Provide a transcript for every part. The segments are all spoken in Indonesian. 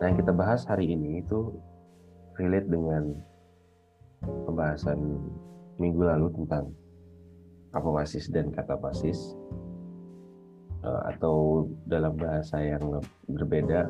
Nah, yang kita bahas hari ini itu relate dengan pembahasan minggu lalu tentang apofasis dan katabasis, atau dalam bahasa yang berbeda,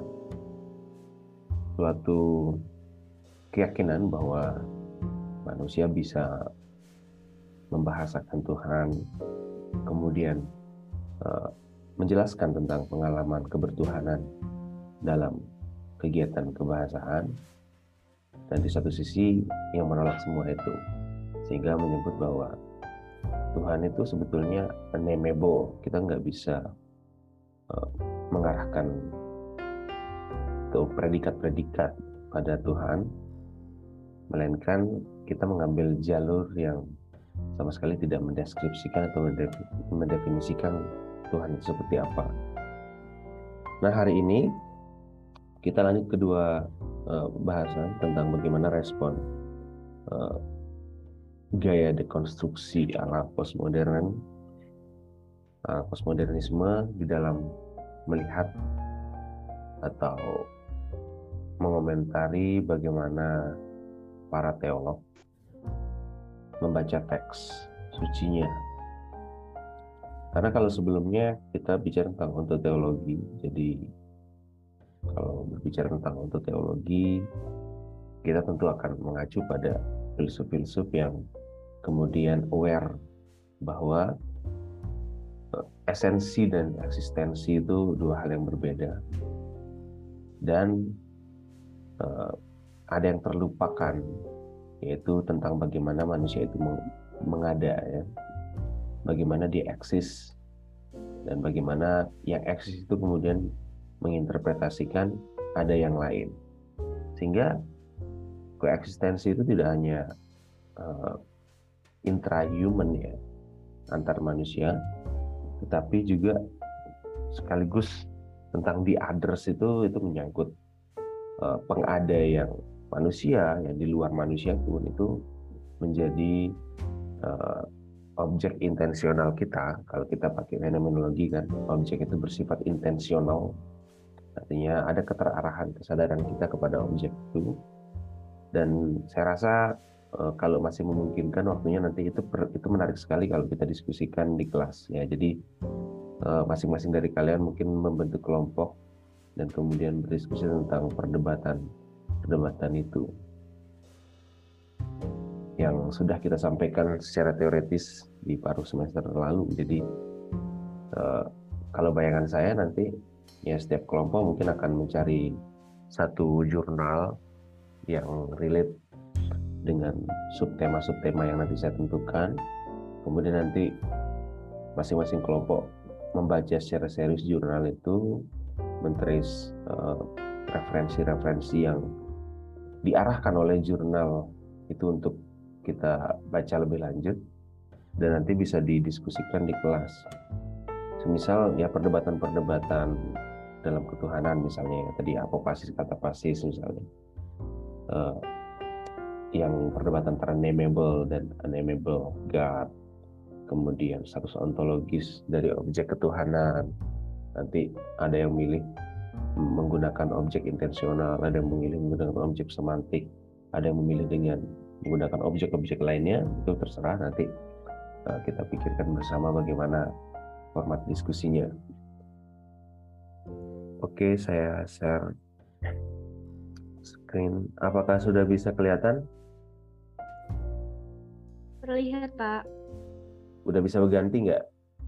suatu keyakinan bahwa manusia bisa membahasakan Tuhan, kemudian menjelaskan tentang pengalaman kebertuhanan dalam kegiatan kebahasaan, dan di satu sisi yang menolak semua itu, sehingga menyebut bahwa Tuhan itu sebetulnya unnameable. Kita nggak bisa mengarahkan ke predikat-predikat pada Tuhan, melainkan kita mengambil jalur yang sama sekali tidak mendeskripsikan atau mendefinisikan Tuhan itu seperti apa. Nah, hari ini kita lanjut kedua bahasan tentang bagaimana respon gaya dekonstruksi ala postmodernisme di dalam melihat atau mengomentari bagaimana para teolog membaca teks sucinya. Karena kalau sebelumnya kita bicara tentang ontologi, jadi kalau berbicara tentang ontologi, kita tentu akan mengacu pada filsuf-filsuf yang kemudian aware bahwa esensi dan eksistensi itu dua hal yang berbeda, dan ada yang terlupakan, yaitu tentang bagaimana manusia itu mengada, ya, bagaimana dia eksis, dan bagaimana yang eksis itu kemudian menginterpretasikan ada yang lain, sehingga koeksistensi itu tidak hanya intrahuman, ya, antar manusia, tetapi juga sekaligus tentang the others. Itu menyangkut pengada yang manusia, yang di luar manusia pun itu menjadi objek intensional kita. Kalau kita pakai fenomenologi, kan objek itu bersifat intensional, artinya ada keterarahan kesadaran kita kepada objek itu. Dan saya rasa kalau masih memungkinkan waktunya nanti itu menarik sekali kalau kita diskusikan di kelas, ya. Jadi masing-masing dari kalian mungkin membentuk kelompok dan kemudian berdiskusi tentang perdebatan itu yang sudah kita sampaikan secara teoretis di paruh semester lalu. Jadi kalau bayangan saya nanti, ya, setiap kelompok mungkin akan mencari satu jurnal yang relate dengan subtema yang nanti saya tentukan. Kemudian nanti masing-masing kelompok membaca secara serius jurnal itu, mentrace referensi-referensi yang diarahkan oleh jurnal itu untuk kita baca lebih lanjut, dan nanti bisa didiskusikan di kelas. Semisal, ya, perdebatan-perdebatan dalam ketuhanan misalnya, ya, tadi apofasis katabasis misalnya, yang perdebatan antara nameable dan unnameable God, kemudian status ontologis dari objek ketuhanan. Nanti ada yang milih menggunakan objek intensional, ada yang memilih menggunakan objek semantik, ada yang memilih dengan menggunakan objek-objek lainnya. Itu terserah, nanti kita pikirkan bersama bagaimana format diskusinya. Oke, saya share screen. Apakah sudah bisa kelihatan? Terlihat, Pak. Udah bisa berganti nggak?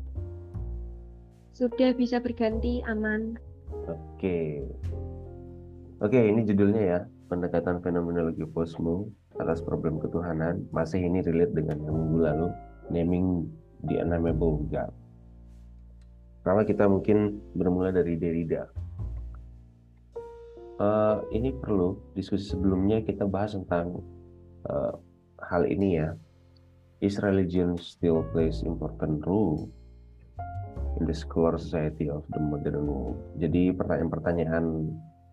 Sudah bisa berganti, aman. Oke, ini judulnya, ya, pendekatan fenomenologi postmo atas problem ketuhanan. Masih ini relate dengan yang minggu lalu, naming the unnameable God. Pertama kita mungkin bermula dari Derrida. Ini perlu diskusi sebelumnya kita bahas tentang hal ini, ya. Is religion still plays important role in the secular society of the modern world? Jadi pertanyaan-pertanyaan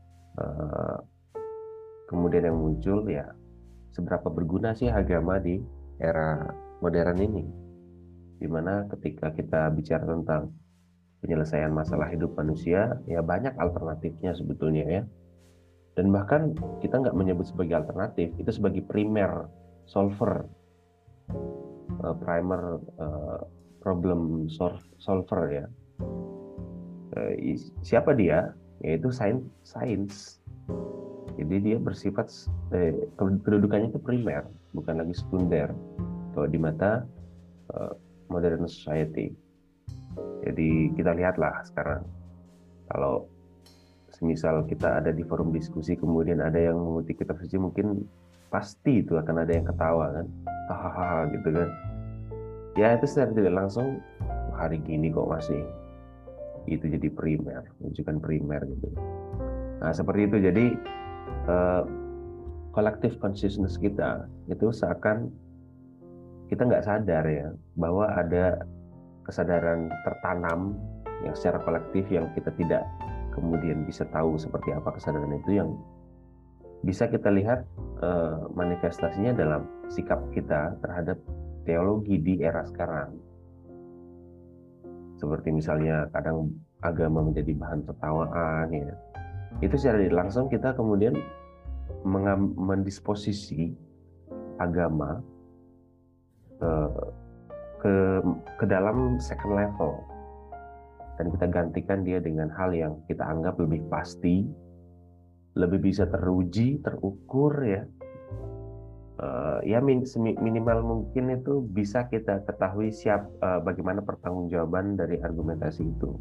kemudian yang muncul, ya, seberapa berguna sih agama di era modern ini, dimana ketika kita bicara tentang penyelesaian masalah hidup manusia, ya, banyak alternatifnya sebetulnya, ya. Dan bahkan kita nggak menyebut sebagai alternatif, itu sebagai primer solver, primer problem solver ya. Siapa dia? Yaitu sains. Jadi dia bersifat kedudukannya itu primer, bukan lagi sekunder kalau di mata modern society. Jadi kita lihatlah sekarang, kalau semisal kita ada di forum diskusi kemudian ada yang mengutip kitab suci, mungkin pasti itu akan ada yang ketawa kan, hahaha gitu kan. Ya itu secara tidak langsung, hari gini kok masih itu jadi primer, menunjukkan primer gitu. Nah seperti itu. Jadi collective consciousness kita itu seakan kita nggak sadar ya bahwa ada kesadaran tertanam yang secara kolektif yang kita tidak kemudian bisa tahu seperti apa kesadaran itu, yang bisa kita lihat manifestasinya dalam sikap kita terhadap teologi di era sekarang. Seperti misalnya kadang agama menjadi bahan tertawaan ya. Itu secara langsung kita kemudian mendisposisi agama ke dalam second level, dan kita gantikan dia dengan hal yang kita anggap lebih pasti, lebih bisa teruji, terukur ya. Ya minimal mungkin itu bisa kita ketahui bagaimana pertanggungjawaban dari argumentasi itu.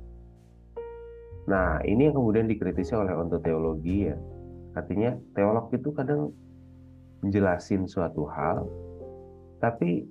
Nah ini yang kemudian dikritisi oleh ontoteologi ya. Artinya teolog itu kadang menjelasin suatu hal, tapi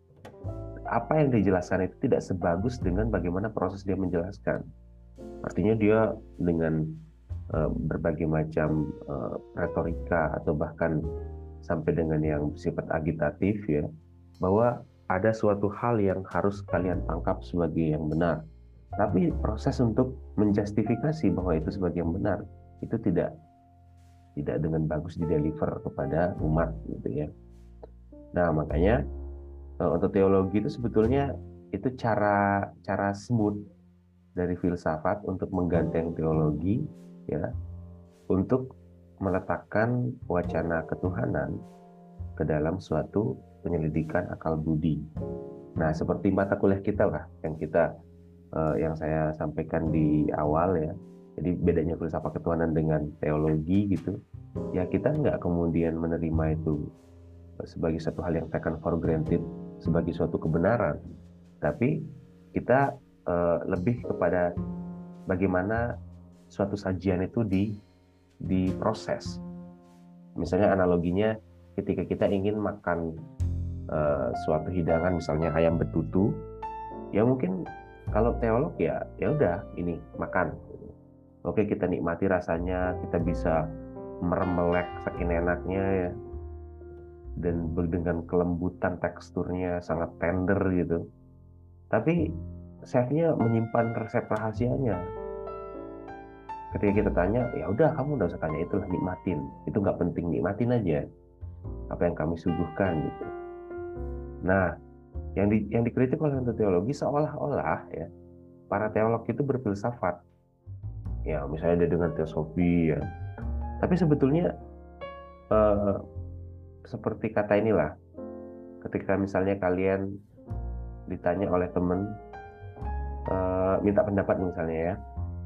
apa yang dijelaskan itu tidak sebagus dengan bagaimana proses dia menjelaskan. Artinya dia dengan berbagai macam retorika atau bahkan sampai dengan yang bersifat agitatif ya, bahwa ada suatu hal yang harus kalian tangkap sebagai yang benar, tapi proses untuk menjustifikasi bahwa itu sebagai yang benar itu tidak dengan bagus dideliver kepada umat gitu ya. Nah makanya untuk teologi itu sebetulnya itu cara smooth dari filsafat untuk menggandeng teologi ya, untuk meletakkan wacana ketuhanan ke dalam suatu penyelidikan akal budi. Nah, seperti mata kuliah kita lah yang saya sampaikan di awal ya. Jadi bedanya filsafat ketuhanan dengan teologi gitu. Ya kita nggak kemudian menerima itu sebagai satu hal yang taken for granted, sebagai suatu kebenaran, tapi kita lebih kepada bagaimana suatu sajian itu diproses. Misalnya analoginya ketika kita ingin makan suatu hidangan, misalnya ayam betutu, ya mungkin kalau teolog ya udah ini makan. Oke, kita nikmati rasanya, kita bisa meremelek saking enaknya ya, dan dengan kelembutan teksturnya sangat tender gitu. Tapi chefnya menyimpan resep rahasianya. Ketika kita tanya, ya udah kamu nggak usah tanya itulah, nikmatin. Itu nggak penting, nikmatin aja apa yang kami suguhkan gitu. Nah, yang dikritik oleh teologi seolah-olah ya para teolog itu berfilsafat. Ya misalnya dia dengan teosofi ya. Tapi sebetulnya seperti kata inilah, ketika misalnya kalian ditanya oleh teman, minta pendapat misalnya ya,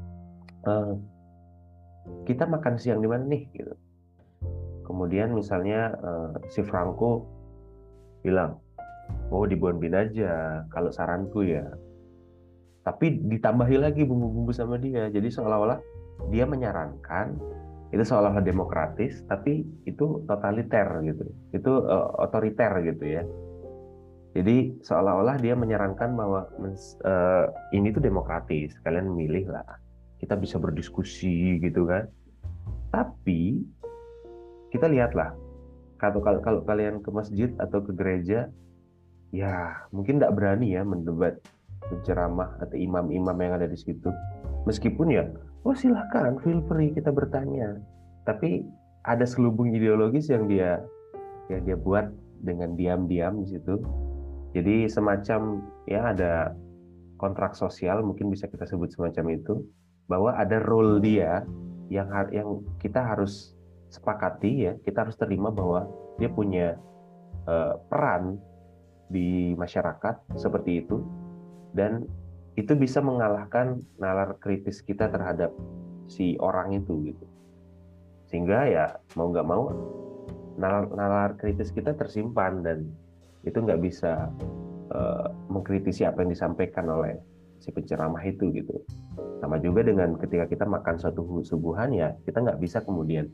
kita makan siang di mana nih gitu. Kemudian misalnya si Franco bilang, oh di Bonbin aja kalau saranku ya. Tapi ditambahi lagi bumbu-bumbu sama dia. Jadi seolah-olah dia menyarankan, itu seolah-olah demokratis, tapi itu totaliter gitu. Itu otoriter gitu ya. Jadi seolah-olah dia menyarankan bahwa ini tuh demokratis, kalian milih lah, kita bisa berdiskusi gitu kan. Tapi kita lihatlah, kalau kalian ke masjid atau ke gereja, ya mungkin tidak berani ya mendebat, menceramah atau imam-imam yang ada di situ. Meskipun ya, oh silahkan, feel free kita bertanya. Tapi ada selubung ideologis yang dia buat dengan diam-diam di situ. Jadi semacam ya ada kontrak sosial, mungkin bisa kita sebut semacam itu, bahwa ada role dia yang kita harus sepakati ya, kita harus terima bahwa dia punya peran di masyarakat seperti itu, dan itu bisa mengalahkan nalar kritis kita terhadap si orang itu gitu. Sehingga ya mau nggak mau nalar kritis kita tersimpan, dan itu nggak bisa mengkritisi apa yang disampaikan oleh si penceramah itu gitu. Sama juga dengan ketika kita makan suatu suguhan, ya kita nggak bisa kemudian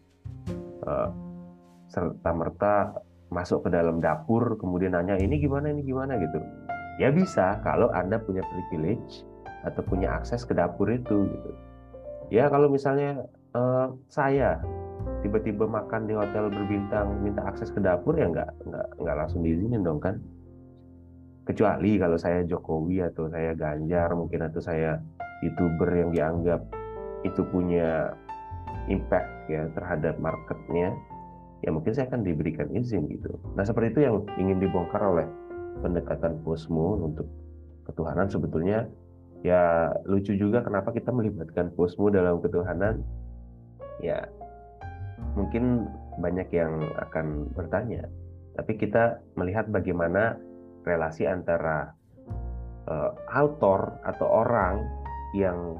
serta merta masuk ke dalam dapur kemudian nanya ini gimana gitu. Ya bisa kalau Anda punya privilege atau punya akses ke dapur itu gitu. Ya kalau misalnya saya tiba-tiba makan di hotel berbintang minta akses ke dapur, ya nggak langsung diizinin dong kan. Kecuali kalau saya Jokowi atau saya Ganjar mungkin, atau saya YouTuber yang dianggap itu punya impact ya terhadap marketnya, ya mungkin saya akan diberikan izin gitu. Nah seperti itu yang ingin dibongkar oleh pendekatan Postmo untuk ketuhanan. Sebetulnya ya lucu juga kenapa kita melibatkan Postmo dalam ketuhanan. Ya mungkin banyak yang akan bertanya, tapi kita melihat bagaimana relasi antara author atau orang yang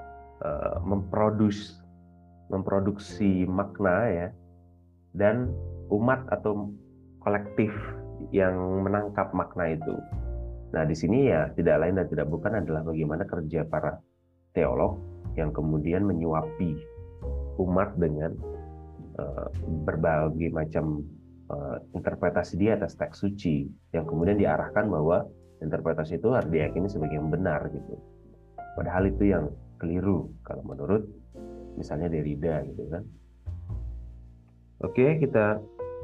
memproduksi makna ya, dan umat atau kolektif yang menangkap makna itu. Nah, di sini ya tidak lain dan tidak bukan adalah bagaimana kerja para teolog yang kemudian menyuapi umat dengan berbagai macam interpretasi di atas teks suci, yang kemudian diarahkan bahwa interpretasi itu harus diyakini sebagai yang benar gitu. Padahal itu yang keliru kalau menurut misalnya Derrida gitu kan. Oke, kita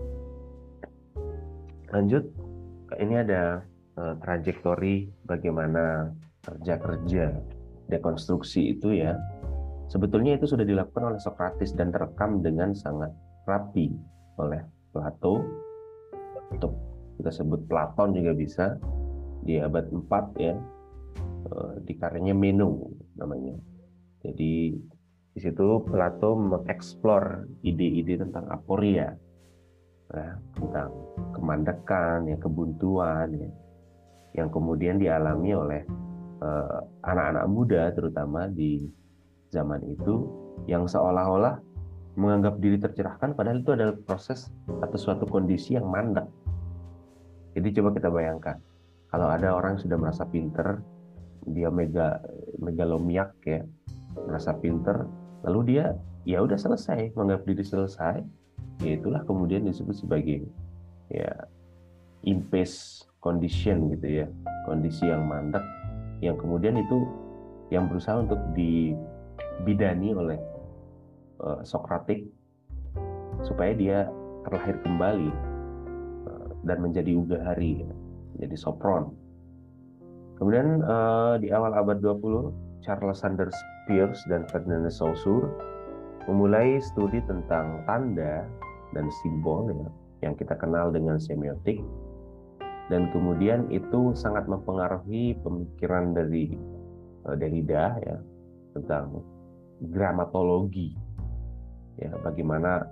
lanjut. Ini ada trajektori bagaimana kerja-kerja dekonstruksi itu ya. Sebetulnya itu sudah dilakukan oleh Sokrates dan terekam dengan sangat rapi oleh Plato. Untuk kita sebut Platon juga bisa, di abad 4 ya, di karyanya Meno namanya. Jadi di situ Plato mengeksplor ide-ide tentang aporia, ya, tentang kemandekan, ya, kebuntuan, ya, yang kemudian dialami oleh anak-anak muda terutama di zaman itu, yang seolah-olah menganggap diri tercerahkan padahal itu adalah proses atau suatu kondisi yang mandek. Jadi coba kita bayangkan, kalau ada orang yang sudah merasa pinter, dia megalomiak ya, merasa pinter, lalu dia ya udah selesai, menganggap diri selesai, ya itulah kemudian disebut sebagai ya impasse condition gitu ya, kondisi yang mandek, yang kemudian itu yang berusaha untuk dibidani oleh Sokratik supaya dia terlahir kembali dan menjadi Ugahari, menjadi Sopron. Kemudian di awal abad 20, Charles Sanders Peirce dan Ferdinand de Saussure memulai studi tentang tanda dan simbol ya, yang kita kenal dengan semiotik, dan kemudian itu sangat mempengaruhi pemikiran dari Derrida ya tentang gramatologi ya, bagaimana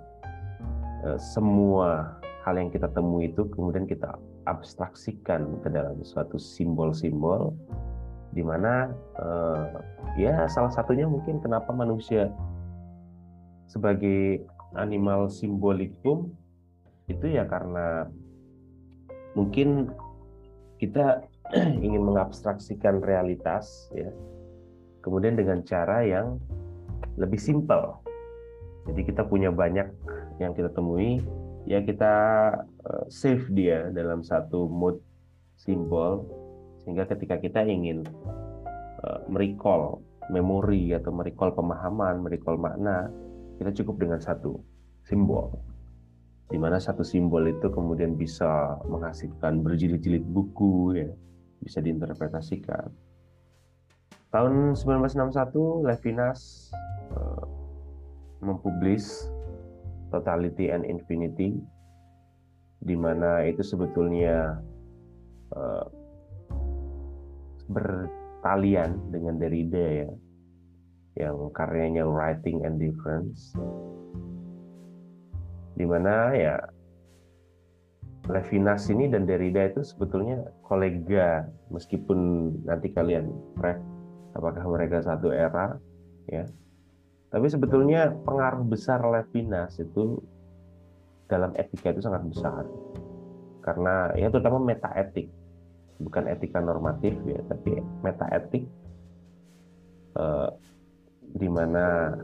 semua hal yang kita temui itu kemudian kita abstraksikan ke dalam suatu simbol-simbol, di mana ya salah satunya mungkin kenapa manusia sebagai animal simbolikum itu ya karena mungkin kita ingin mengabstraksikan realitas ya, kemudian dengan cara yang lebih simpel. Jadi kita punya banyak yang kita temui, ya kita save dia dalam satu mood simbol, sehingga ketika kita ingin merecall memori atau merecall pemahaman, merecall makna, kita cukup dengan satu simbol, di mana satu simbol itu kemudian bisa menghasilkan berjilid-jilid buku ya, bisa diinterpretasikan. Tahun 1961 Levinas mempublish Totality and Infinity, di mana itu sebetulnya bertalian dengan Derrida ya, yang karyanya Writing and Difference. di mana ya Levinas ini dan Derrida itu sebetulnya kolega, meskipun nanti kalian ref apakah mereka satu era, ya. Tapi sebetulnya pengaruh besar Levinas itu dalam etika itu sangat besar, karena ya terutama metaetik, bukan etika normatif ya, tapi metaetik, di mana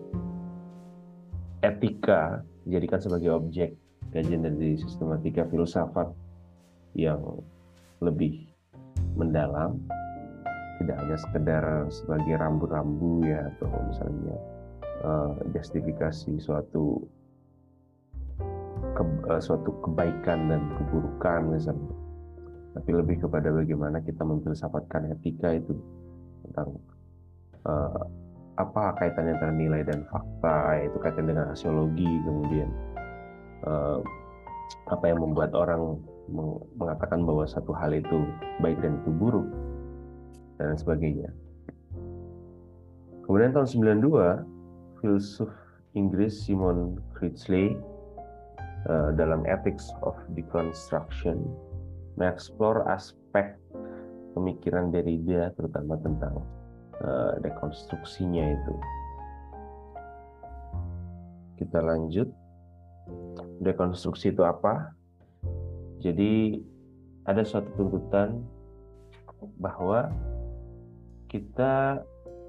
etika dijadikan sebagai objek kajian dari sistematika filsafat yang lebih mendalam, tidak hanya sekedar sebagai rambu-rambu ya, atau misalnya justifikasi suatu kebaikan dan keburukan misalnya, tapi lebih kepada bagaimana kita memfilsafatkan etika itu tentang apa kaitannya antara nilai dan fakta, itu kaitan dengan aksiologi, kemudian apa yang membuat orang mengatakan bahwa satu hal itu baik dan itu buruk dan sebagainya. Kemudian tahun 92 filsuf Inggris Simon Critchley dalam Ethics of Deconstruction mengeksplor aspek pemikiran Derrida terutama tentang dekonstruksinya itu. Kita lanjut. Dekonstruksi itu apa? Jadi ada suatu tuntutan bahwa kita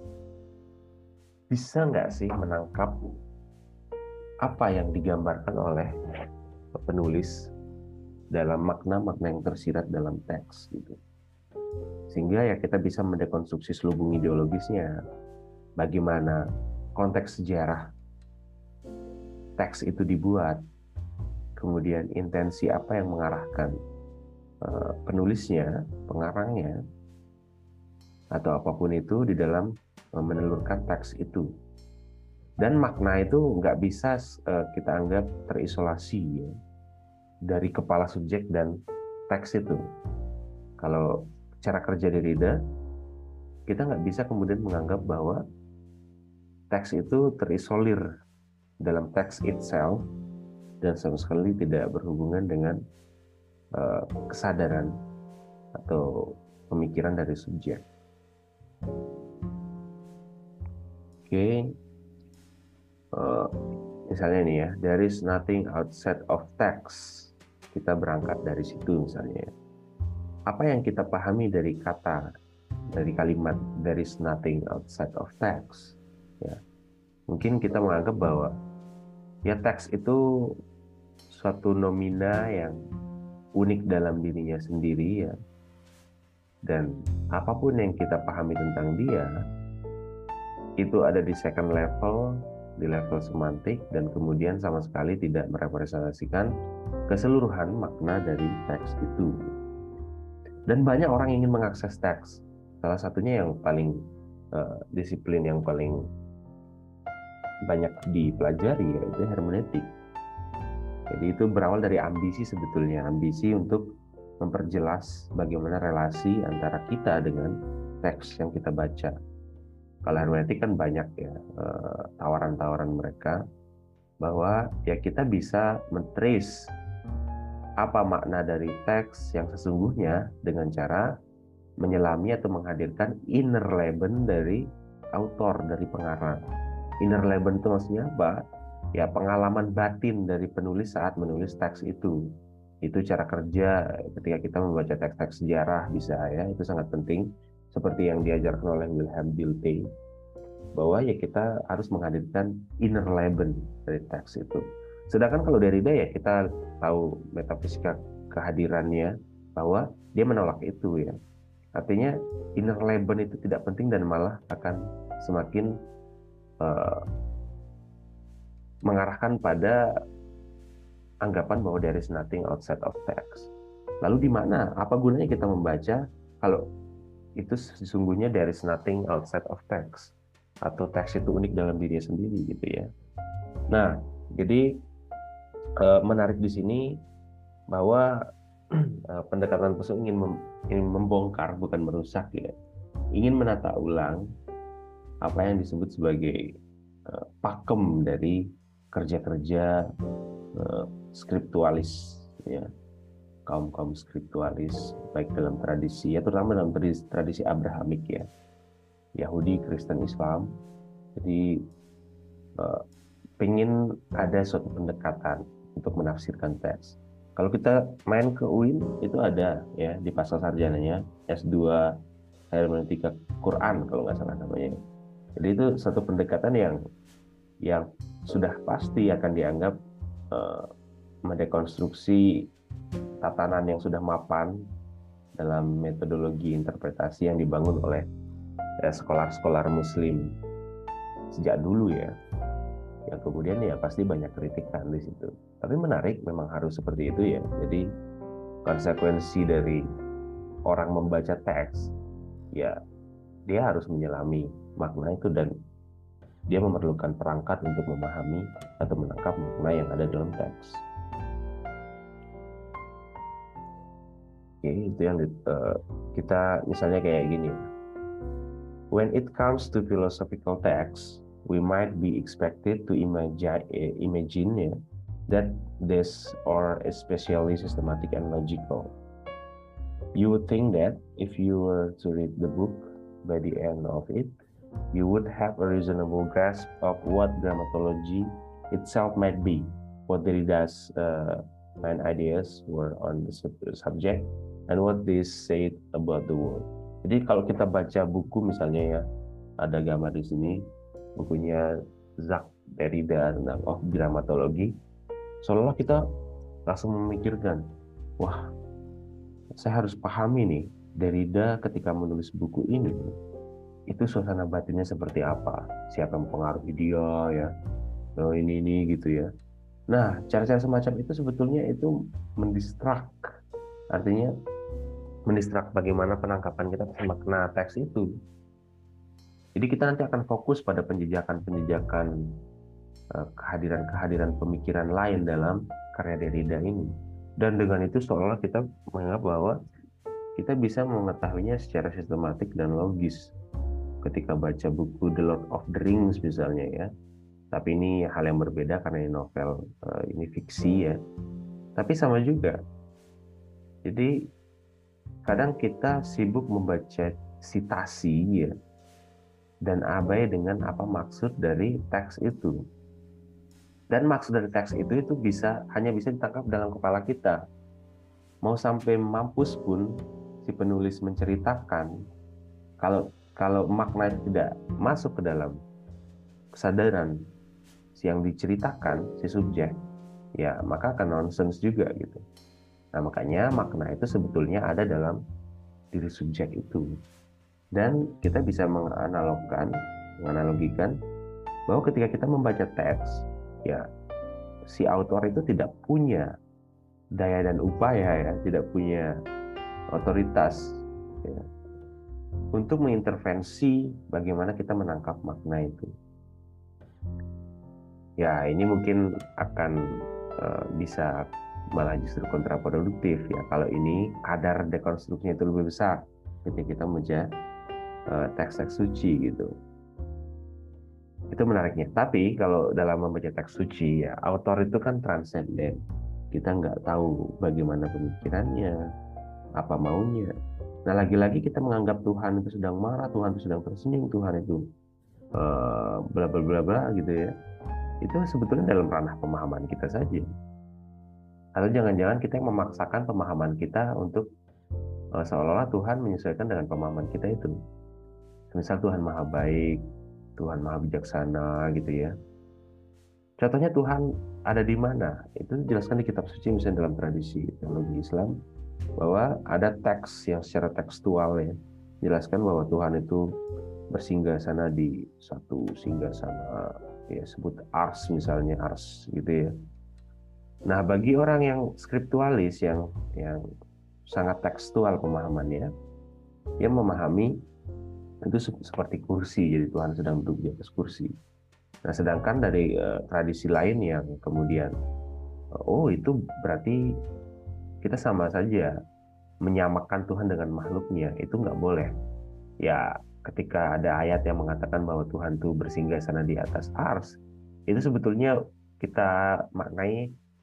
bisa nggak sih menangkap apa yang digambarkan oleh penulis dalam makna-makna yang tersirat dalam teks gitu. Sehingga ya kita bisa mendekonstruksi selubung ideologisnya, bagaimana konteks sejarah teks itu dibuat, kemudian intensi apa yang mengarahkan penulisnya, pengarangnya, atau apapun itu di dalam menelurkan teks itu. Dan makna itu nggak bisa kita anggap terisolasi ya, dari kepala subjek dan teks itu. Kalau cara kerja Derrida, kita nggak bisa kemudian menganggap bahwa teks itu terisolir dalam teks itself dan sama sekali tidak berhubungan dengan kesadaran atau pemikiran dari subjek. Oke. Misalnya nih ya, there is nothing outside of text. Kita berangkat dari situ misalnya. Apa yang kita pahami dari kata, dari kalimat there is nothing outside of text? Ya, mungkin kita menganggap bahwa ya teks itu suatu nomina yang unik dalam dirinya sendiri ya. Dan apapun yang kita pahami tentang dia itu ada di second level, di level semantik, dan kemudian sama sekali tidak merepresentasikan keseluruhan makna dari teks itu. Dan banyak orang ingin mengakses teks. Salah satunya yang paling disiplin yang paling banyak dipelajari yaitu hermeneutik. Jadi itu berawal dari ambisi sebetulnya, ambisi untuk memperjelas bagaimana relasi antara kita dengan teks yang kita baca. Kalau hermeneutik kan banyak ya tawaran-tawaran mereka bahwa ya kita bisa men-trace apa makna dari teks yang sesungguhnya dengan cara menyelami atau menghadirkan inner Leben dari autor, dari pengarang. Inner Leben itu maksudnya apa? Ya pengalaman batin dari penulis saat menulis teks itu. Itu cara kerja ketika kita membaca teks-teks sejarah bisa ya, itu sangat penting. Seperti yang diajarkan oleh Wilhelm Dilthey, bahwa ya kita harus menghadirkan inner Leben dari teks itu. Sedangkan kalau Derrida ya kita tahu metafisika kehadirannya, bahwa dia menolak itu ya. Artinya inner Leben itu tidak penting dan malah akan semakin mengarahkan pada anggapan bahwa there is nothing outside of text. Lalu di mana? Apa gunanya kita membaca kalau itu sesungguhnya there is nothing outside of text, atau teks itu unik dalam dirinya sendiri gitu ya. Nah, jadi menarik di sini bahwa pendekatan Pessoa ingin membongkar bukan merusak ya, ingin menata ulang apa yang disebut sebagai pakem dari kerja-kerja skriptualis, ya, kaum skriptualis, baik dalam tradisi, ya terutama dalam tradisi Abrahamik, ya, Yahudi, Kristen, Islam. Jadi pengen ada suatu pendekatan untuk menafsirkan teks. Kalau kita main ke UIN itu ada, ya, di pasal sarjananya S2 hermeneutika Quran kalau nggak salah namanya. Jadi itu satu pendekatan yang sudah pasti akan dianggap mendekonstruksi tatanan yang sudah mapan dalam metodologi interpretasi yang dibangun oleh sekolah-sekolah Muslim sejak dulu, ya. Yang kemudian ya pasti banyak kritikan di situ. Tapi menarik, memang harus seperti itu, ya. Jadi konsekuensi dari orang membaca teks, ya dia harus menyelami makna itu dan dia memerlukan perangkat untuk memahami atau menangkap makna yang ada dalam teks. Oke, itu yang kita misalnya kayak gini. When it comes to philosophical text, we might be expected to imagine, yeah, that these are especially systematic and logical. You would think that if you were to read the book, by the end of it, you would have a reasonable grasp of what grammatology itself might be, what Derrida's main ideas were on the subject, and what they said about the world. Jadi kalau kita baca buku misalnya, ya, ada gambar di sini, bukunya Jacques Derrida tentang grammatologi, seolah kita langsung memikirkan, wah, saya harus pahami nih Derrida ketika menulis buku ini, itu suasana batinnya seperti apa, siapa yang mempengaruhi dia, ya, ini gitu, ya. Nah, cara-cara semacam itu sebetulnya itu mendistrak, artinya mendistrak bagaimana penangkapan kita pada makna teks itu. Jadi kita nanti akan fokus pada penjejakan kehadiran pemikiran lain dalam karya Derrida ini. Dan dengan itu seolah kita menganggap bahwa kita bisa mengetahuinya secara sistematik dan logis ketika baca buku The Lord of the Rings misalnya, ya. Tapi ini hal yang berbeda karena ini novel, ini fiksi, ya. Tapi sama juga. Jadi kadang kita sibuk membaca sitasi, ya, dan abai dengan apa maksud dari teks itu. Dan maksud dari teks itu hanya bisa ditangkap dalam kepala kita. Mau sampai mampus pun si penulis menceritakan, kalau makna itu tidak masuk ke dalam kesadaran si yang diceritakan, si subjek, ya maka akan nonsens juga gitu. Nah, makanya makna itu sebetulnya ada dalam diri subjek itu. Dan kita bisa menganalogikan bahwa ketika kita membaca teks, ya, si autor itu tidak punya daya dan upaya, ya, tidak punya otoritas, ya, untuk mengintervensi bagaimana kita menangkap makna itu. Ya, ini mungkin akan bisa malah justru kontraproduktif, ya, kalau ini kadar dekonstruksinya itu lebih besar ketika kita membaca teks-teks suci gitu. Itu menariknya. Tapi kalau dalam membaca teks suci, ya, autor itu kan transenden. Kita nggak tahu bagaimana pemikirannya, apa maunya. Nah, lagi-lagi kita menganggap Tuhan itu sedang marah, Tuhan itu sedang tersenyum, Tuhan itu bla bla bla bla gitu, ya. Itu sebetulnya dalam ranah pemahaman kita saja. Atau jangan-jangan kita yang memaksakan pemahaman kita untuk seolah-olah Tuhan menyesuaikan dengan pemahaman kita itu. Misal Tuhan maha baik, Tuhan maha bijaksana gitu, ya. Contohnya Tuhan ada di mana? Itu dijelaskan di kitab suci, misalnya dalam tradisi teologi Islam, bahwa ada teks yang secara tekstual, ya, jelaskan bahwa Tuhan itu bersinggasana di satu singgasana, ya, sebut ars misalnya, ars gitu, ya. Nah, bagi orang yang skriptualis, yang sangat tekstual pemahamannya, dia memahami itu seperti kursi, jadi Tuhan sedang duduk di atas kursi. Nah, sedangkan dari tradisi lain yang kemudian, itu berarti kita sama saja menyamakan Tuhan dengan makhluknya, itu nggak boleh. Ya, ketika ada ayat yang mengatakan bahwa Tuhan itu bersinggasana di atas ars, itu sebetulnya kita maknai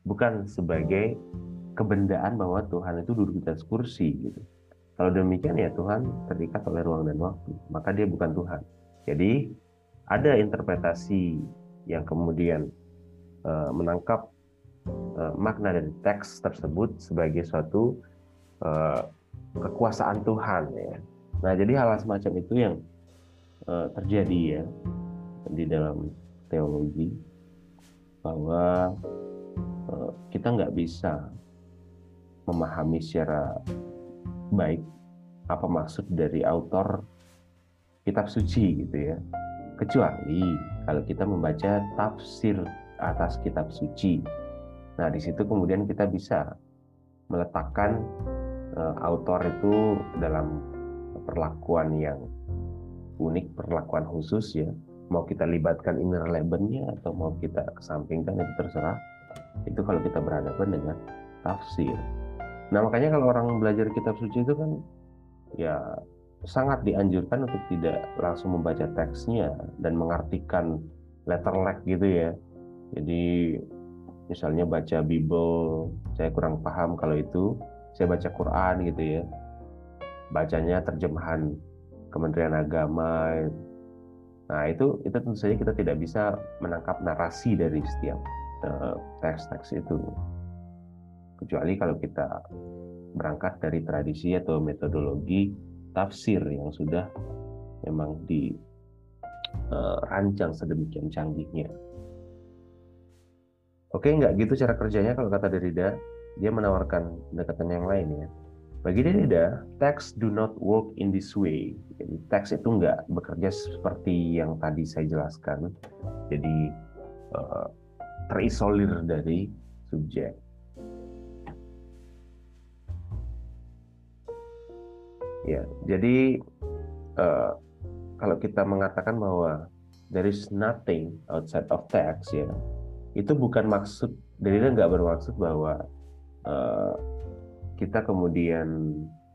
bukan sebagai kebendaan bahwa Tuhan itu duduk di atas kursi gitu. Kalau demikian ya Tuhan terikat oleh ruang dan waktu, maka dia bukan Tuhan. Jadi ada interpretasi yang kemudian menangkap makna dari teks tersebut sebagai suatu kekuasaan Tuhan ya. Nah, jadi hal semacam itu yang terjadi ya di dalam teologi, bahwa kita nggak bisa memahami secara baik apa maksud dari autor kitab suci gitu ya, kecuali kalau kita membaca tafsir atas kitab suci. Nah, di situ kemudian kita bisa meletakkan autor itu dalam perlakuan yang unik, perlakuan khusus ya. Mau kita libatkan inner Lebennya atau mau kita kesampingkan, itu terserah. Itu kalau kita berhadapan dengan tafsir. Nah, makanya kalau orang belajar kitab suci itu kan ya sangat dianjurkan untuk tidak langsung membaca teksnya dan mengartikan letterlek gitu ya. Jadi misalnya baca Bible, saya kurang paham kalau itu, saya baca Quran gitu ya, bacanya terjemahan Kementerian Agama. Nah, itu tentu saja kita tidak bisa menangkap narasi dari setiap teks-teks itu, kecuali kalau kita berangkat dari tradisi atau metodologi tafsir yang sudah memang dirancang sedemikian canggihnya. Oke, nggak gitu cara kerjanya kalau kata Derrida. Dia menawarkan pendekatan yang lain ya. Bagi Derrida, text do not work in this way. Jadi teks itu nggak bekerja seperti yang tadi saya jelaskan. Jadi terisolir dari subjek. Ya, jadi kalau kita mengatakan bahwa there is nothing outside of text ya, itu bukan maksud, Derrida nggak bermaksud bahwa kita kemudian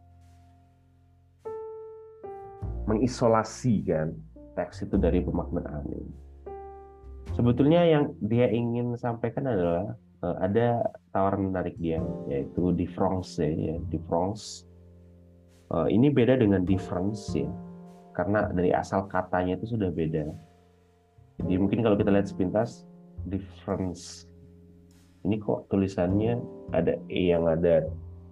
mengisolasikan teks itu dari pemaknaan. Sebetulnya yang dia ingin sampaikan adalah ada tawaran menarik dia, yaitu difference ya, difference. Ini beda dengan difference ya, karena dari asal katanya itu sudah beda. Jadi mungkin kalau kita lihat sepintas, difference ini kok tulisannya ada E yang ada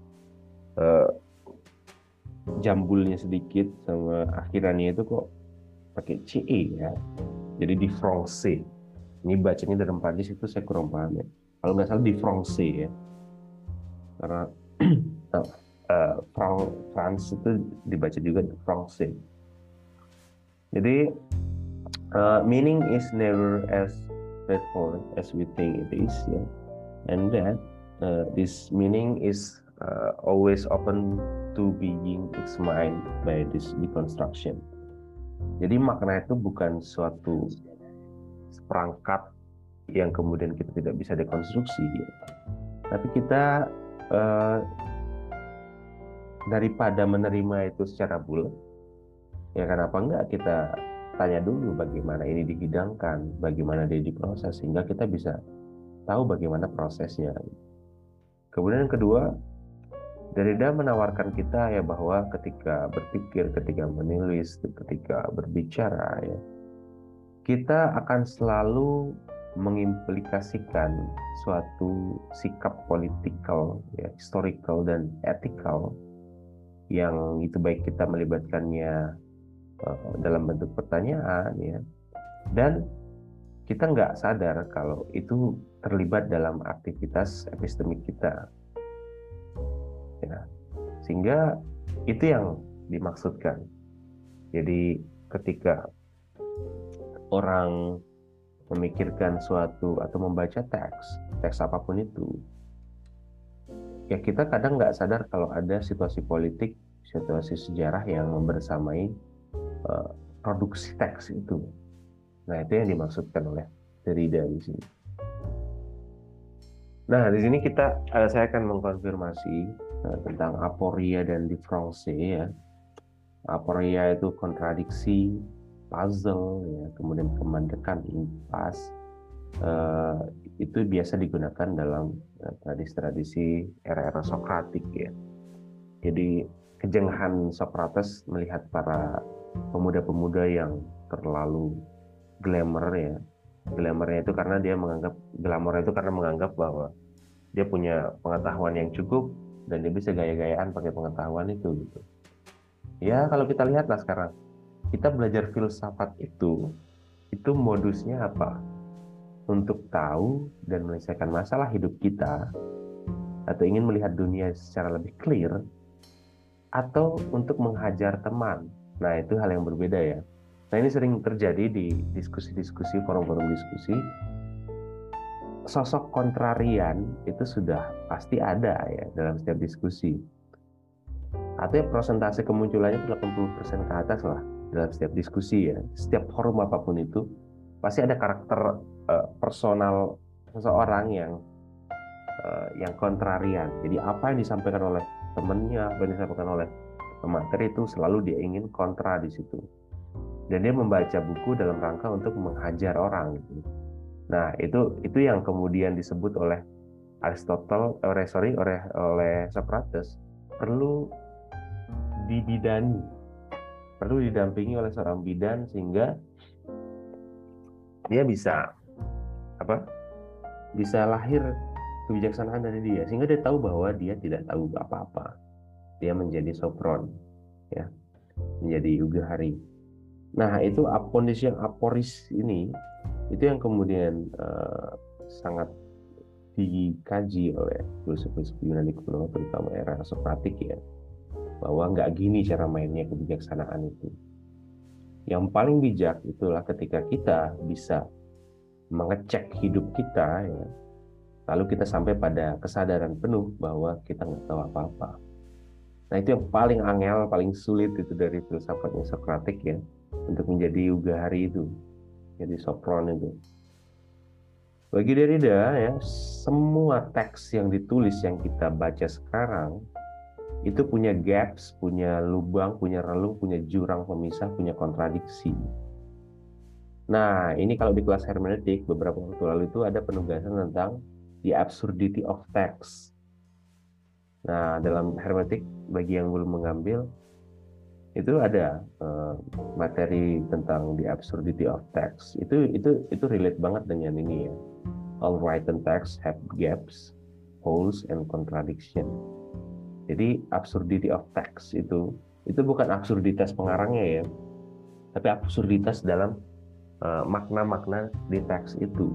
jambulnya sedikit, sama akhirannya itu kok pakai CE ya. Jadi difference. Ini bacanya dalam Prancis itu saya kurang paham ya. Kalau nggak salah difference ya. Karena France itu dibaca juga difference. Jadi meaning is never as straightforward as we think it is ya. And that this meaning is always open to being examined by this deconstruction. Jadi makna itu bukan suatu perangkat yang kemudian kita tidak bisa dekonstruksi, tapi kita daripada menerima itu secara bulat, ya kenapa enggak kita tanya dulu bagaimana ini dihidangkan, bagaimana dia diproses, sehingga kita bisa tahu bagaimana prosesnya. Kemudian yang kedua, Derrida menawarkan kita ya bahwa ketika berpikir, ketika menulis, ketika berbicara ya, kita akan selalu mengimplikasikan suatu sikap politikal, ya, historical dan etikal, yang itu baik kita melibatkannya dalam bentuk pertanyaan ya, dan kita nggak sadar kalau itu terlibat dalam aktivitas epistemik kita. Ya, sehingga itu yang dimaksudkan. Jadi ketika orang memikirkan suatu atau membaca teks apapun itu, ya kita kadang nggak sadar kalau ada situasi politik, situasi sejarah yang membersamai produksi teks itu. Nah, itu yang dimaksudkan oleh Derrida di sini. Nah, di sini saya akan mengkonfirmasi tentang aporia dan difference ya. Aporia itu kontradiksi, puzzle ya, kemudian kemandekan, impas. eh, itu biasa digunakan dalam tradisi-tradisi era-era Sokratik ya. Jadi kejengahan Sokrates melihat para pemuda-pemuda yang terlalu glamour ya. Glamournya itu karena dia menganggap glamour itu karena menganggap bahwa dia punya pengetahuan yang cukup dan dia bisa gaya-gayaan pakai pengetahuan itu gitu. Ya kalau kita lihat lah sekarang, kita belajar filsafat itu modusnya apa? Untuk tahu dan menyelesaikan masalah hidup kita atau ingin melihat dunia secara lebih clear atau untuk menghajar teman. Nah, itu hal yang berbeda ya. Nah, ini sering terjadi di diskusi-diskusi, forum-forum diskusi. Sosok kontrarian itu sudah pasti ada ya dalam setiap diskusi. Artinya persentase kemunculannya 80% ke atas lah dalam setiap diskusi ya. Setiap forum apapun itu pasti ada karakter personal seseorang yang kontrarian. Jadi apa yang disampaikan oleh temannya, apa yang disampaikan oleh pemateri itu selalu dia ingin kontra di situ. Dan dia membaca buku dalam rangka untuk menghajar orang gitu. Nah, itu yang kemudian disebut oleh Aristotle, oleh Socrates perlu dibidani, perlu didampingi oleh seorang bidan sehingga dia bisa apa? Bisa lahir kebijaksanaan dari dia sehingga dia tahu bahwa dia tidak tahu apa-apa. Dia menjadi sopron ya, menjadi Yugahari. Nah, itu kondisi yang aporis ini itu yang kemudian sangat dikaji oleh filsuf-filsuf Yunani kuno terutama era Sokratik ya, bahwa nggak gini cara mainnya kebijaksanaan itu. Yang paling bijak itulah ketika kita bisa mengecek hidup kita ya, lalu kita sampai pada kesadaran penuh bahwa kita nggak tahu apa-apa. Nah, itu yang paling angel, paling sulit itu dari filsafatnya Sokratik ya, untuk menjadi Yugahari itu, jadi sopron itu. Bagi Derrida ya, semua teks yang ditulis yang kita baca sekarang itu punya gaps, punya lubang, punya relung, punya jurang pemisah, punya kontradiksi. Nah, ini kalau di kelas hermeneutik beberapa waktu lalu itu ada penugasan tentang the absurdity of text. Nah, dalam hermeneutik bagi yang belum mengambil itu ada materi tentang the absurdity of text. Itu relate banget dengan ini ya. All written texts have gaps, holes, and contradiction. Jadi absurdity of text itu bukan absurditas pengarangnya ya, tapi absurditas dalam makna-makna di teks itu.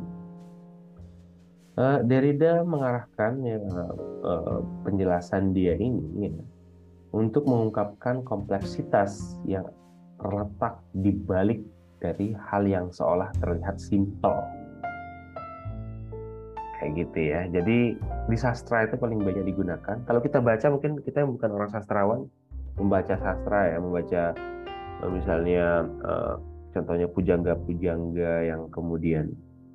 Derrida mengarahkan ya, penjelasan dia ini ya, untuk mengungkapkan kompleksitas yang terletak di balik dari hal yang seolah terlihat simpel. Kayak gitu ya. Jadi di sastra itu paling banyak digunakan. Kalau kita baca, mungkin kita yang bukan orang sastrawan membaca sastra ya, membaca misalnya contohnya pujangga-pujangga yang kemudian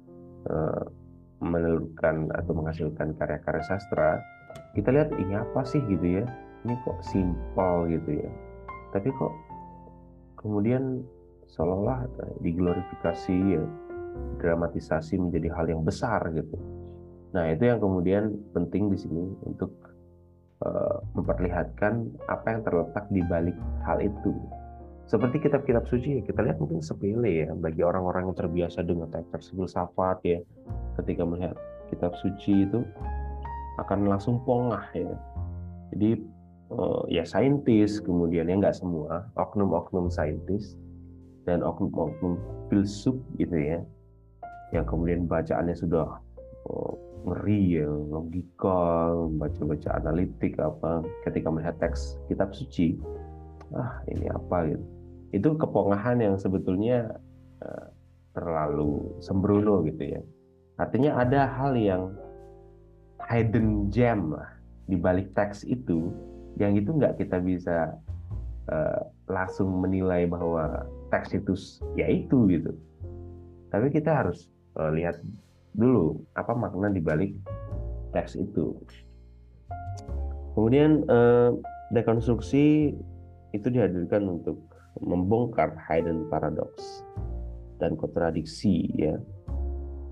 menelurkan atau menghasilkan karya-karya sastra, kita lihat ini apa sih gitu ya, ini kok simpel gitu ya, tapi kok kemudian seolah-olah diglorifikasi ya, dramatisasi menjadi hal yang besar gitu. Nah, itu yang kemudian penting di sini untuk memperlihatkan apa yang terletak di balik hal itu. Seperti kitab-kitab suci, kita lihat mungkin sepele ya bagi orang-orang yang terbiasa dengan teks filsafat ya. Ketika melihat kitab suci itu akan langsung pongah ya. Jadi ya saintis, kemudian ya nggak semua, oknum-oknum saintis dan oknum-oknum filsuf gitu ya, yang kemudian bacaannya sudah ngeri ya, logika, baca-baca analitik apa, ketika melihat teks kitab suci, ini apa gitu. Itu kepongahan yang sebetulnya terlalu sembrono gitu ya. Artinya ada hal yang hidden gem lah di balik teks itu, yang itu nggak kita bisa langsung menilai bahwa teks itu ya itu gitu. Tapi kita harus lihat dulu apa makna di balik teks itu. Kemudian dekonstruksi itu dihadirkan untuk membongkar hidden paradox dan kontradiksi ya.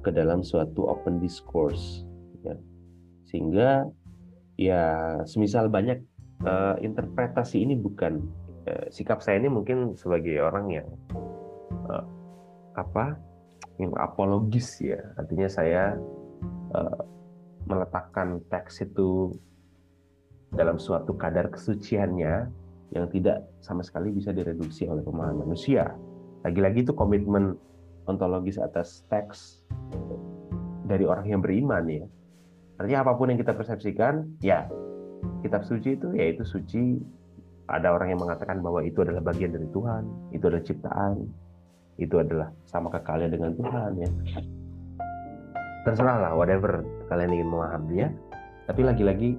ke dalam suatu open discourse, ya. Sehingga ya semisal banyak interpretasi ini bukan sikap saya ini mungkin sebagai orang yang eh, yang apologis, ya, artinya saya meletakkan teks itu dalam suatu kadar kesuciannya yang tidak sama sekali bisa direduksi oleh pemahaman manusia. Lagi-lagi itu komitmen ontologis atas teks dari orang yang beriman, ya. Artinya apapun yang kita persepsikan, ya kitab suci itu ya itu suci. Ada orang yang mengatakan bahwa itu adalah bagian dari Tuhan, itu adalah ciptaan, itu adalah sama kekalnya dengan Tuhan, ya. Terserah lah, whatever kalian ingin memahaminya. Tapi lagi-lagi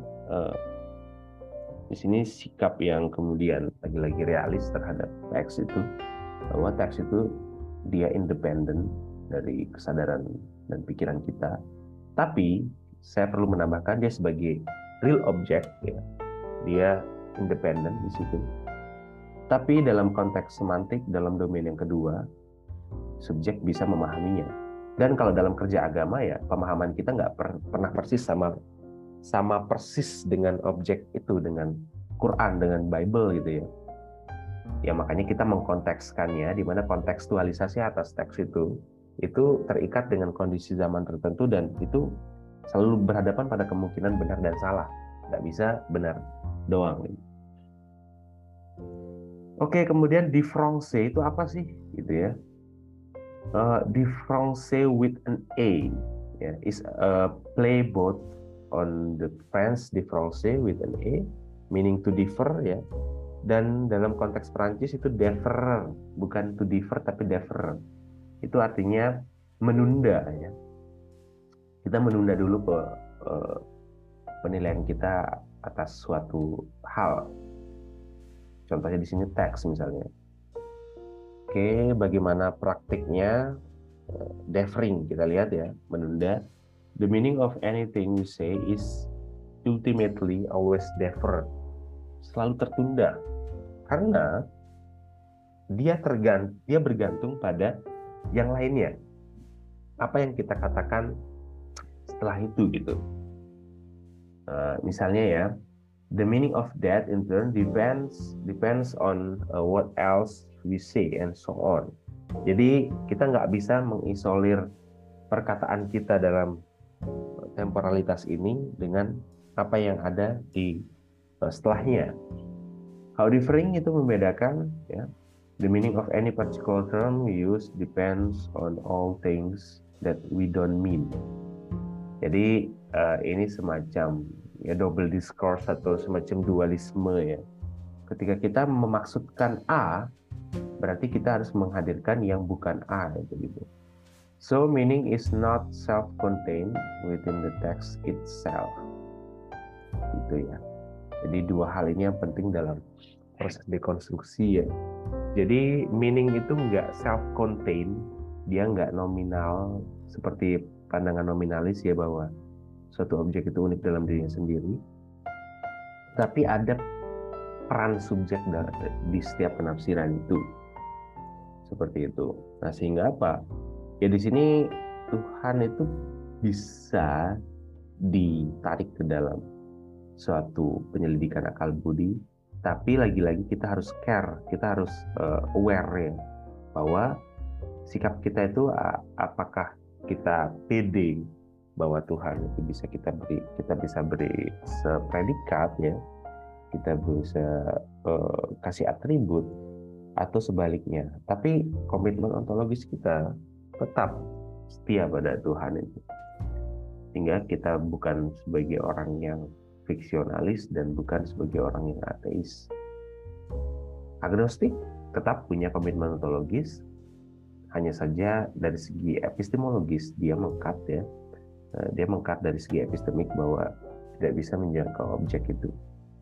di sini sikap yang kemudian lagi-lagi realis terhadap teks itu, bahwa teks itu dia independen dari kesadaran dan pikiran kita. Tapi saya perlu menambahkan dia sebagai real object, ya. Dia independen di situ. Tapi dalam konteks semantik, dalam domain yang kedua, subjek bisa memahaminya. Dan kalau dalam kerja agama, ya pemahaman kita nggak pernah persis sama persis dengan objek itu, dengan Quran, dengan Bible, gitu, ya. Ya makanya kita mengkontekskannya, di mana kontekstualisasi atas teks itu terikat dengan kondisi zaman tertentu, dan itu selalu berhadapan pada kemungkinan benar dan salah. Nggak bisa benar doang. Oke, kemudian difference itu apa sih, gitu ya? Difference with an A, ya, is a play both on the French difference with an A, meaning to differ, ya. Dan dalam konteks Perancis itu defer, bukan to differ tapi defer. Itu artinya menunda, ya. Kita menunda dulu penilaian kita atas suatu hal. Contohnya di sini teks misalnya. Oke, bagaimana praktiknya deferring, kita lihat, ya, menunda. The meaning of anything we say is ultimately always defer, selalu tertunda, karena dia bergantung pada yang lainnya, apa yang kita katakan setelah itu, gitu. Misalnya, ya, the meaning of that in turn depends on what else we say and so on. Jadi kita nggak bisa mengisolir perkataan kita dalam temporalitas ini dengan apa yang ada di setelahnya. How differing itu membedakan, ya. The meaning of any particular term we use depends on all things that we don't mean. Jadi ini semacam, ya, double discourse atau semacam dualisme, ya. Ketika kita memaksudkan A, berarti kita harus menghadirkan yang bukan A, gitu. So meaning is not self-contained within the text itself, gitu, ya. Jadi dua hal ini yang penting dalam proses dekonstruksi, ya. Jadi meaning itu nggak self-contained, dia nggak nominal seperti pandangan nominalis, ya, bahwa suatu objek itu unik dalam dirinya sendiri, tapi ada peran subjek di setiap penafsiran itu, seperti itu. Nah, sehingga apa? Ya, di sini Tuhan itu bisa ditarik ke dalam suatu penyelidikan akal budi, tapi lagi-lagi kita harus care, kita harus aware, ya, bahwa sikap kita itu apakah kita pede bahwa Tuhan itu bisa kita bisa beri sepredikat, ya, kita bisa kasih atribut, atau sebaliknya. Tapi komitmen ontologis kita tetap setia pada Tuhan itu, sehingga kita bukan sebagai orang yang fiksionalis dan bukan sebagai orang yang ateis. Agnostik tetap punya komitmen ontologis, hanya saja dari segi epistemologis dia mengkat, ya. Dia mengkat dari segi epistemik bahwa tidak bisa menjangkau objek itu.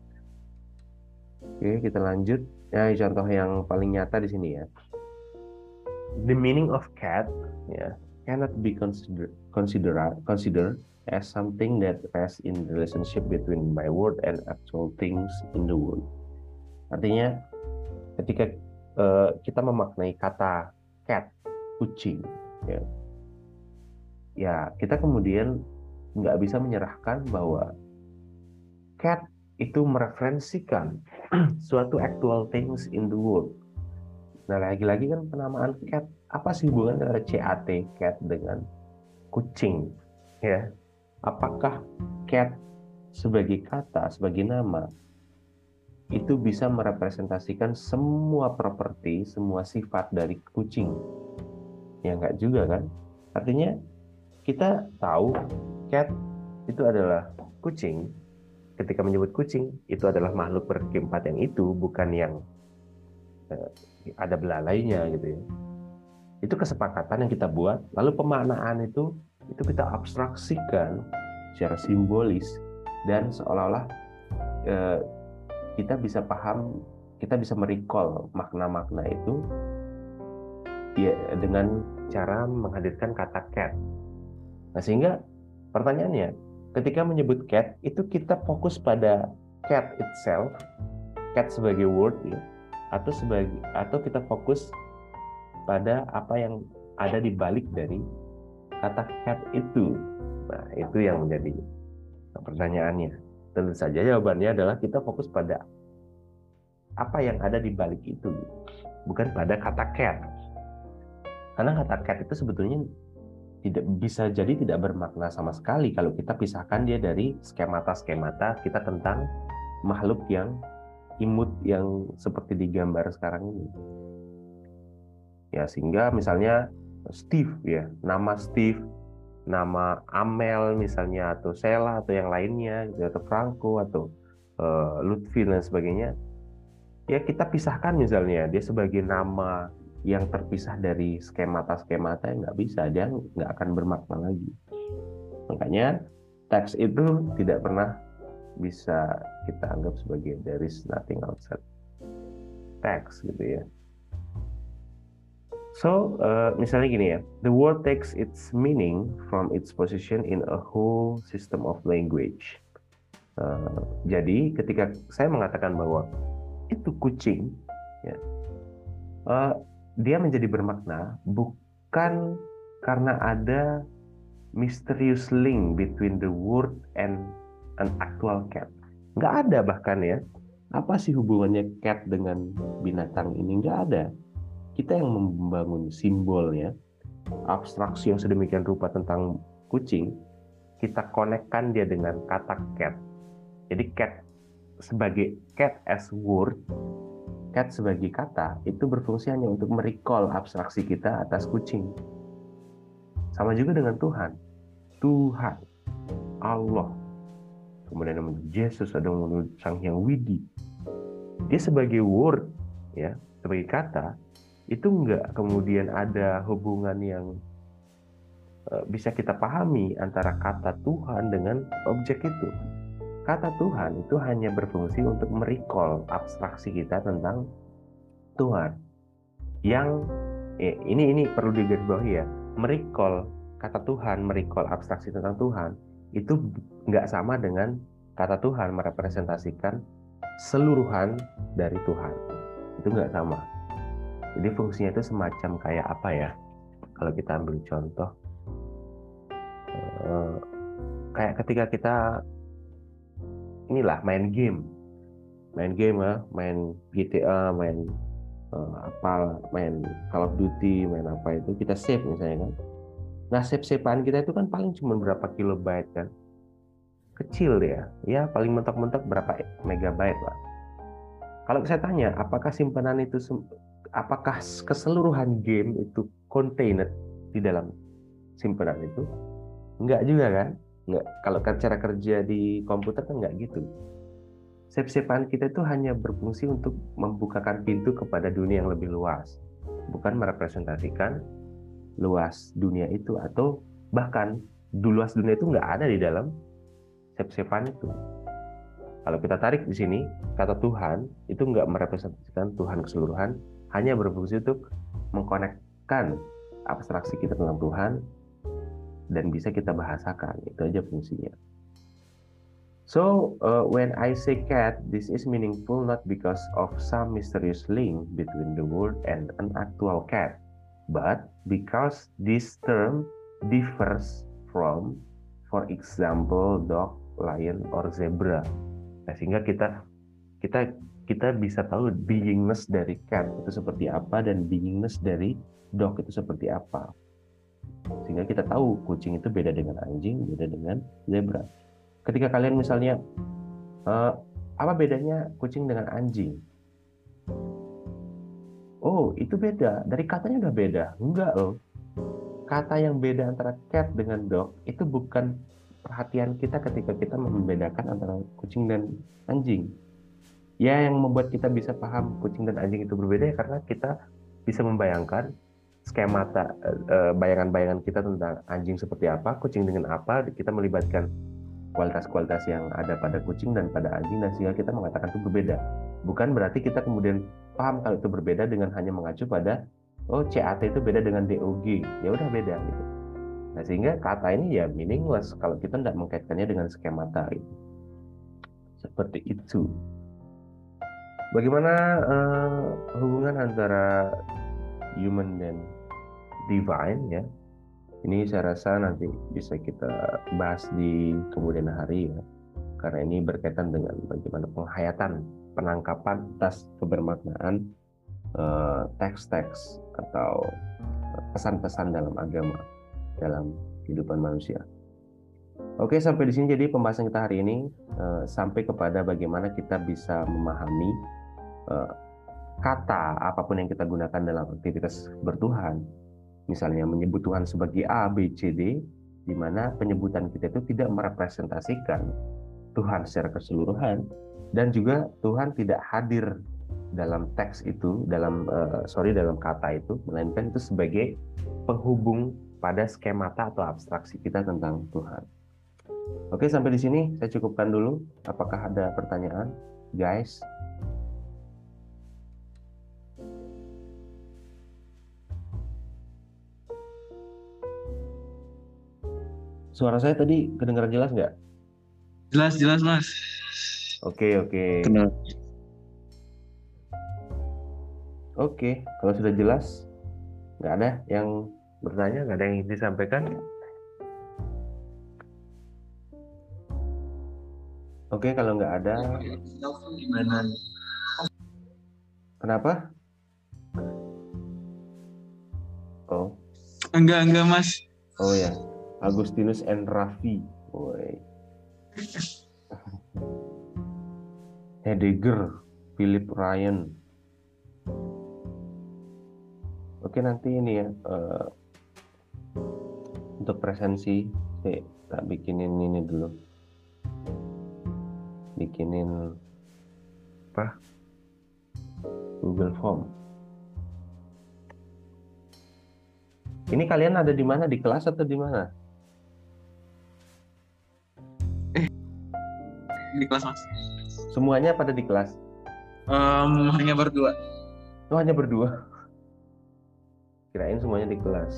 Oke, kita lanjut. Ya, contoh yang paling nyata di sini, ya. The meaning of cat, ya, cannot be considered as something that rests in relationship between my word and actual things in the world. Artinya, ketika kita memaknai kata cat, kucing, ya, ya kita kemudian nggak bisa menyerahkan bahwa cat itu mereferensikan suatu actual things in the world. Nah, lagi-lagi kan penamaan cat, apa sih hubungan antara CAT, cat dengan kucing? Ya, apakah cat sebagai kata, sebagai nama, itu bisa merepresentasikan semua properti, semua sifat dari kucing? Ya enggak juga kan? Artinya kita tahu cat itu adalah kucing. Ketika menyebut kucing, itu adalah makhluk berkaki empat yang itu, bukan yang ada belalainya gitu ya. Itu kesepakatan yang kita buat, lalu pemaknaan itu kita abstraksikan secara simbolis, dan seolah-olah kita bisa paham, kita bisa merecall makna-makna itu ya, dengan cara menghadirkan kata cat. Nah, sehingga pertanyaannya, ketika menyebut cat, itu kita fokus pada cat itself, cat sebagai word ya, atau kita fokus pada apa yang ada di balik dari kata cat itu. Nah, itu yang menjadi pertanyaannya. Tentu saja jawabannya adalah kita fokus pada apa yang ada di balik itu, bukan pada kata cat. Karena kata cat itu sebetulnya tidak bermakna sama sekali kalau kita pisahkan dia dari skemata-skemata kita tentang makhluk yang imut yang seperti digambar sekarang ini. Ya, sehingga misalnya Steve ya, nama Steve, nama Amel misalnya, atau Sheila atau yang lainnya, atau Franco atau Lutfi dan sebagainya, ya kita pisahkan misalnya dia sebagai nama yang terpisah dari skemata-skemata, yang nggak bisa, dia nggak akan bermakna lagi. Makanya teks itu tidak pernah bisa kita anggap sebagai there is nothing outside text gitu ya. So, misalnya gini ya, the word takes its meaning from its position in a whole system of language. Jadi, ketika saya mengatakan bahwa itu kucing, ya, dia menjadi bermakna bukan karena ada mysterious link between the word and an actual cat. Nggak ada bahkan ya. Apa sih hubungannya cat dengan binatang ini? Nggak ada. Kita yang membangun simbolnya, abstraksi yang sedemikian rupa tentang kucing, kita konekkan dia dengan kata cat. Jadi cat sebagai cat as word, cat sebagai kata, itu berfungsi hanya untuk merecall abstraksi kita atas kucing. Sama juga dengan Tuhan. Tuhan, Allah, kemudian nama Yesus, ada Sang Hyang Widi. Dia sebagai word, ya, sebagai kata, itu enggak kemudian ada hubungan yang bisa kita pahami antara kata Tuhan dengan objek itu. Kata Tuhan itu hanya berfungsi untuk merecall abstraksi kita tentang Tuhan. Yang ini perlu digarisbawahi ya, merecall kata Tuhan, merecall abstraksi tentang Tuhan itu enggak sama dengan kata Tuhan merepresentasikan seluruhan dari Tuhan. Itu enggak sama. Jadi fungsinya itu semacam kayak apa ya? Kalau kita ambil contoh, kayak ketika kita inilah main game ya, main GTA, main main Call of Duty, main apa itu, kita save misalnya kan. Nah, save-savean kita itu kan paling cuma berapa kilobyte kan? Kecil ya paling mentok-mentok berapa megabyte lah. Kalau saya tanya, apakah simpanan itu, apakah keseluruhan game itu contained di dalam simpanan itu? Enggak juga kan? Enggak. Kalau cara kerja di komputer kan enggak gitu. Save-savean kita itu hanya berfungsi untuk membukakan pintu kepada dunia yang lebih luas, bukan merepresentasikan luas dunia itu, atau bahkan luas dunia itu enggak ada di dalam save-savean itu. Kalau kita tarik di sini, kata Tuhan itu nggak merepresentasikan Tuhan keseluruhan, hanya berfungsi untuk mengkonekkan abstraksi kita tentang Tuhan dan bisa kita bahasakan. Itu aja fungsinya. So, when I say cat, this is meaningful not because of some mysterious link between the word and an actual cat, but because this term differs from, for example, dog, lion, or zebra. Nah, sehingga kita bisa tahu beingness dari cat itu seperti apa dan beingness dari dog itu seperti apa. Sehingga kita tahu kucing itu beda dengan anjing, beda dengan zebra. Ketika kalian misalnya apa bedanya kucing dengan anjing? Oh, itu beda. Dari katanya udah beda. Enggak loh. Kata yang beda antara cat dengan dog itu bukan perhatian kita ketika kita membedakan antara kucing dan anjing. Ya, yang membuat kita bisa paham kucing dan anjing itu berbeda ya karena kita bisa membayangkan skemata bayangan-bayangan kita tentang anjing seperti apa, kucing dengan apa, kita melibatkan kualitas-kualitas yang ada pada kucing dan pada anjing dan sehingga kita mengatakan itu berbeda. Bukan berarti kita kemudian paham kalau itu berbeda dengan hanya mengacu pada oh CAT itu beda dengan DOG, ya udah beda gitu. Nah, sehingga kata ini ya meaningless kalau kita tidak mengkaitkannya dengan skemata gitu. Seperti itu. Bagaimana hubungan antara human dan divine ya? Ini saya rasa nanti bisa kita bahas di kemudian hari ya. Karena ini berkaitan dengan bagaimana penghayatan, penangkapan atas kebermaknaan teks-teks atau pesan-pesan dalam agama, dalam kehidupan manusia. Oke, sampai di sini jadi pembahasan kita hari ini sampai kepada bagaimana kita bisa memahami kata apapun yang kita gunakan dalam aktivitas bertuhan. Misalnya menyebut Tuhan sebagai A, B, C, D, di mana penyebutan kita itu tidak merepresentasikan Tuhan secara keseluruhan dan juga Tuhan tidak hadir dalam teks itu, dalam kata itu, melainkan itu sebagai penghubung pada skemata atau abstraksi kita tentang Tuhan. Oke, sampai di sini saya cukupkan dulu. Apakah ada pertanyaan, guys? Suara saya tadi kedengaran jelas nggak? Jelas, Mas. Oke. Kenal. Oke, kalau sudah jelas, nggak ada yang bertanya, nggak ada yang ingin disampaikan. Oke, kalau nggak ada, Gimana? kenapa? Oh, Enggak, Mas. oh ya, Agustinus and Raffi, woi. Heidegger, Philip Ryan. Oke, nanti ini ya untuk presensi saya tak bikinin ini dulu, bikinin apa Google Form. Ini kalian ada di mana, di kelas atau di mana? Di kelas, Mas. Semuanya pada di kelas? Hanya berdua. Oh, hanya berdua. Kirain semuanya di kelas.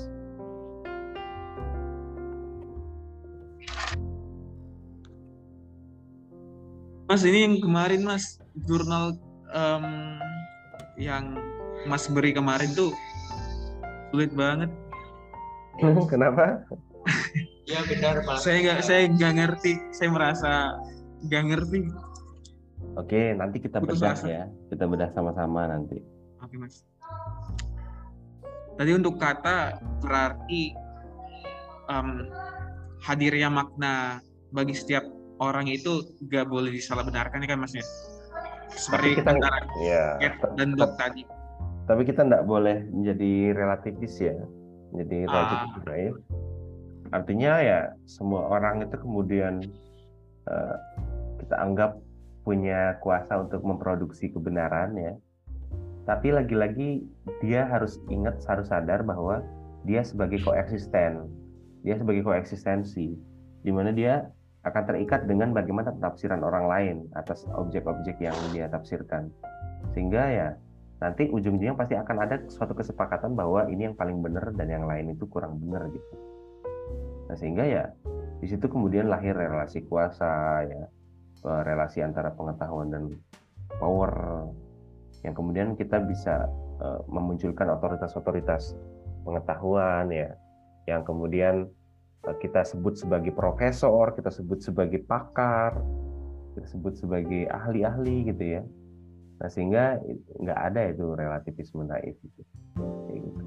Mas, ini yang kemarin, Mas, jurnal yang Mas beri kemarin tuh sulit banget. Kenapa? Ya benar, Pak. Saya nggak ngerti. Saya merasa nggak ngerti. Oke, nanti kita Putus bedah asa. ya. Kita bedah sama-sama nanti. Oke, Mas. Tadi untuk kata berarti hadirnya makna bagi setiap orang itu nggak boleh disalahbenarkan ya kan, Mas ya? Seperti Tapi kita antara ya, cat dan dog tadi. tapi kita nggak boleh menjadi relativis ya. Jadi relatif baik. Artinya ya semua orang itu kemudian kita anggap punya kuasa untuk memproduksi kebenaran ya. Tapi lagi-lagi dia harus ingat, harus sadar bahwa dia sebagai koeksisten, dia sebagai koeksistensi, di mana dia akan terikat dengan bagaimana tafsiran orang lain atas objek-objek yang dia tafsirkan. Sehingga ya nanti ujung-ujungnya pasti akan ada suatu kesepakatan bahwa ini yang paling benar dan yang lain itu kurang benar gitu. Nah, sehingga ya di situ kemudian lahir relasi kuasa ya, relasi antara pengetahuan dan power yang kemudian kita bisa memunculkan otoritas-otoritas pengetahuan ya, yang kemudian kita sebut sebagai profesor, kita sebut sebagai pakar, kita sebut sebagai ahli-ahli gitu ya. Nah, sehingga nggak ada itu relativisme naif gitu. Kayak gitu.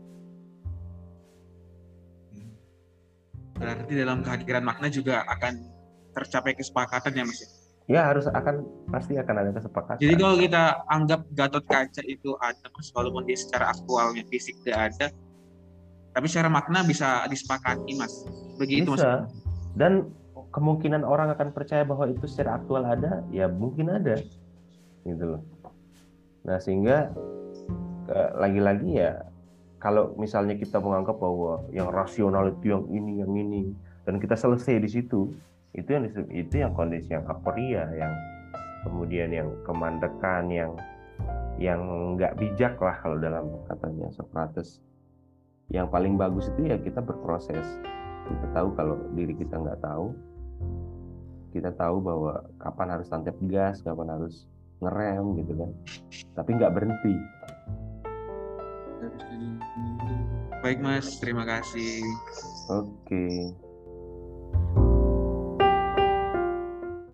Berarti dalam kehadiran makna juga akan tercapai kesepakatan ya Mas. Ya pasti akan ada kesepakatan. Jadi kalau kita anggap Gatot Kaca itu ada Mas, walaupun dia secara aktualnya fisik tidak ada, tapi secara makna bisa disepakati Mas. Begitu Mas. Bisa. Dan kemungkinan orang akan percaya bahwa itu secara aktual ada, ya mungkin ada. Gitu loh. Nah, sehingga lagi-lagi ya kalau misalnya kita menganggap bahwa yang rasional itu yang ini dan kita selesai di situ, itu yang kondisi yang aporia, yang kemudian yang kemandekan, yang nggak bijak lah kalau dalam katanya Socrates. Yang paling bagus itu ya kita berproses. Kita tahu kalau diri kita nggak tahu, kita tahu bahwa kapan harus tancap gas, kapan harus ngerem gitu kan, tapi nggak berhenti. Baik Mas, terima kasih. Oke.